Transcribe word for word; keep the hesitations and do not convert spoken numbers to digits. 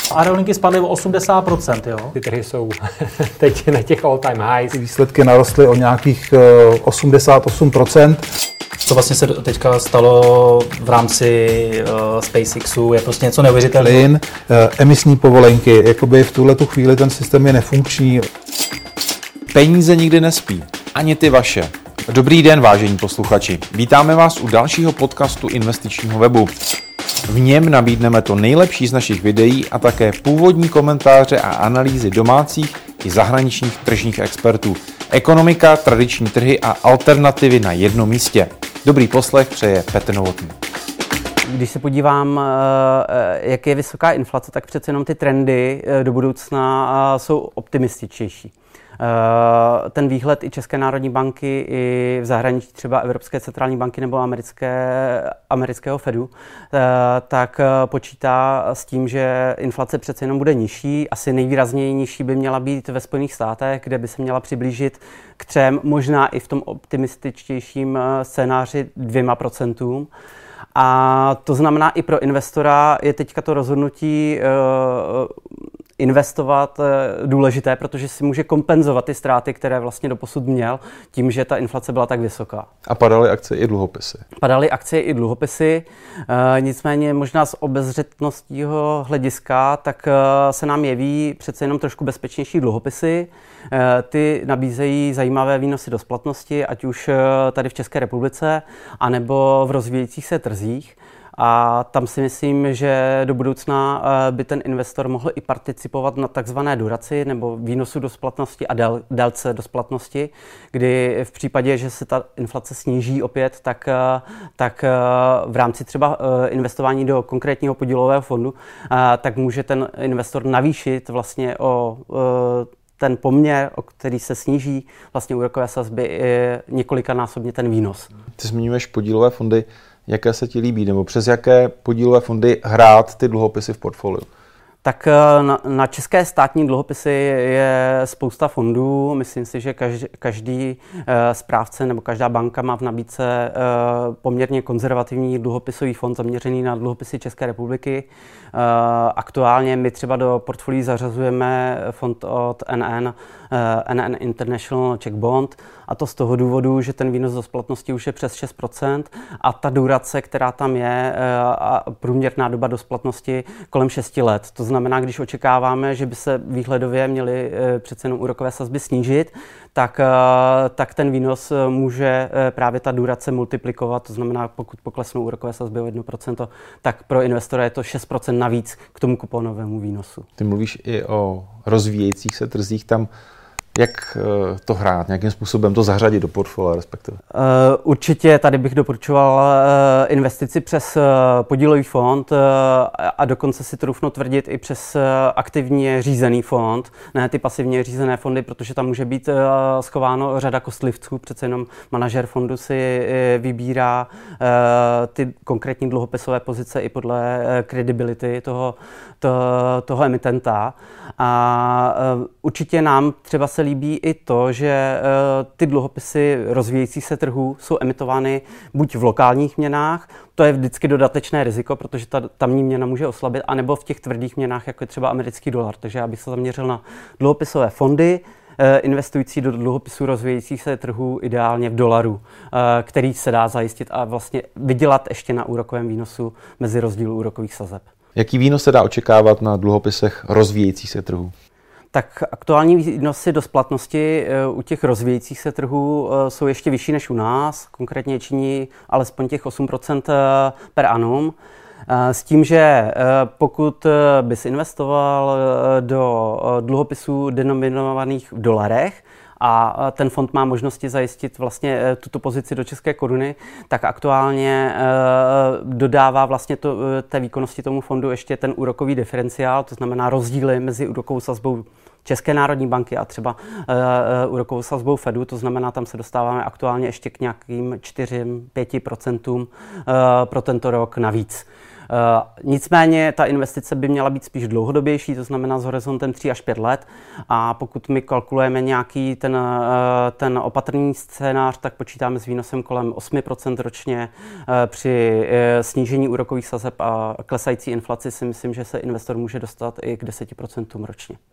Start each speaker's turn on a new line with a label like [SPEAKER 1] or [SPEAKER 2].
[SPEAKER 1] Aerolinky spadly o osmdesát procent, jo?
[SPEAKER 2] Ty trhy jsou teď na těch all time highs.
[SPEAKER 3] Výsledky narostly o nějakých osmdesát osm procent.
[SPEAKER 1] Co vlastně se teďka stalo v rámci uh, SpaceXu, je prostě něco neuvěřitelného.
[SPEAKER 3] Plyn, uh, emisní povolenky, jakoby v tuhletu chvíli ten systém je nefunkční.
[SPEAKER 4] Peníze nikdy nespí, ani ty vaše. Dobrý den, vážení posluchači. Vítáme vás u dalšího podcastu investičního webu. V něm nabídneme to nejlepší z našich videí a také původní komentáře a analýzy domácích i zahraničních tržních expertů. Ekonomika, tradiční trhy a alternativy na jednom místě. Dobrý poslech přeje Petr Novotný.
[SPEAKER 5] Když se podívám, jak je vysoká inflace, tak přece jenom ty trendy do budoucna jsou optimističtější. Ten výhled i České národní banky, i v zahraničí třeba Evropské centrální banky nebo americké, amerického Fedu, tak počítá s tím, že inflace přece jenom bude nižší. Asi nejvýrazněji nižší by měla být ve Spojených státech, kde by se měla přiblížit k třem, možná i v tom optimističtějším scénáři dvěma procentům. A to znamená, i pro investora je teďka to rozhodnutí investovat důležité, protože si může kompenzovat ty ztráty, které vlastně doposud měl, tím, že ta inflace byla tak vysoká.
[SPEAKER 4] A padaly akcie i dluhopisy.
[SPEAKER 5] Padaly akcie i dluhopisy, e, nicméně možná z obezřetnostního hlediska, tak e, se nám jeví přece jenom trošku bezpečnější dluhopisy. E, ty nabízejí zajímavé výnosy do splatnosti, ať už e, tady v České republice, anebo v rozvíjejících se trzích. A tam si myslím, že do budoucna by ten investor mohl i participovat na takzvané duraci nebo výnosu do splatnosti a dél, délce do splatnosti, kdy v případě, že se ta inflace sníží opět, tak, tak v rámci třeba investování do konkrétního podílového fondu, tak může ten investor navýšit vlastně o ten poměr, o který se sníží vlastně úrokové sazby, několikanásobně ten výnos.
[SPEAKER 4] Ty zmiňuješ podílové fondy. Jaké se ti líbí, nebo přes jaké podílové fondy hrát ty dluhopisy v portfoliu?
[SPEAKER 5] Tak na, na české státní dluhopisy je spousta fondů. Myslím si, že každý, každý e, správce nebo každá banka má v nabídce e, poměrně konzervativní dluhopisový fond zaměřený na dluhopisy České republiky. E, aktuálně my třeba do portfolií zařazujeme fond od N N, e, N N International Czech Bond, a to z toho důvodu, že ten výnos do splatnosti už je přes šest procent a ta durace, která tam je, e, a průměrná doba do splatnosti kolem šesti let. To znamená, když očekáváme, že by se výhledově měly e, přece jenom úrokové sazby snížit, tak, e, tak ten výnos může e, právě ta durace multiplikovat. To znamená, pokud poklesnou úrokové sazby o jedno procento, tak pro investora je to šest procent navíc k tomu kuponovému výnosu.
[SPEAKER 4] Ty mluvíš i o rozvíjejících se trzích tam. Jak to hrát, nějakým způsobem to zařadit do portfolia respektive?
[SPEAKER 5] Určitě tady bych doporučoval investici přes podílový fond a dokonce si trufnu tvrdit i přes aktivně řízený fond, ne ty pasivně řízené fondy, protože tam může být schováno řada kostlivců, přece jenom manažer fondu si vybírá ty konkrétní dluhopisové pozice i podle kredibility toho, to, toho emitenta. A určitě nám třeba se líbí i to, že ty dluhopisy rozvíjejících se trhů jsou emitovány buď v lokálních měnách, to je vždycky dodatečné riziko, protože ta tamní měna může oslabit, anebo v těch tvrdých měnách, jako je třeba americký dolar. Takže já bych se zaměřil na dluhopisové fondy, investující do dluhopisů rozvíjejících se trhů ideálně v dolaru, který se dá zajistit a vlastně vydělat ještě na úrokovém výnosu mezi rozdílu úrokových sazeb.
[SPEAKER 4] Jaký výnos se dá očekávat na dluhopisech rozvíjejících se trhů?
[SPEAKER 5] Tak aktuální výnosy do splatnosti u těch rozvíjejících se trhů jsou ještě vyšší než u nás, konkrétně činí alespoň těch osm procent per annum. S tím, že pokud bys investoval do dluhopisů denominovaných v dolarech, a ten fond má možnosti zajistit vlastně tuto pozici do české koruny, tak aktuálně dodává vlastně to, té výkonnosti tomu fondu ještě ten úrokový diferenciál, to znamená rozdíly mezi úrokovou sazbou České národní banky a třeba uh, úrokovou sazbou Fedu, to znamená, tam se dostáváme aktuálně ještě k nějakým čtyři až pět procent uh, pro tento rok navíc. Nicméně ta investice by měla být spíš dlouhodobější, to znamená s horizontem tři až pět let. A pokud my kalkulujeme nějaký ten, ten opatrný scénář, tak počítáme s výnosem kolem osm procent ročně. Při snížení úrokových sazeb a klesající inflaci si myslím, že se investor může dostat i k deset procent ročně.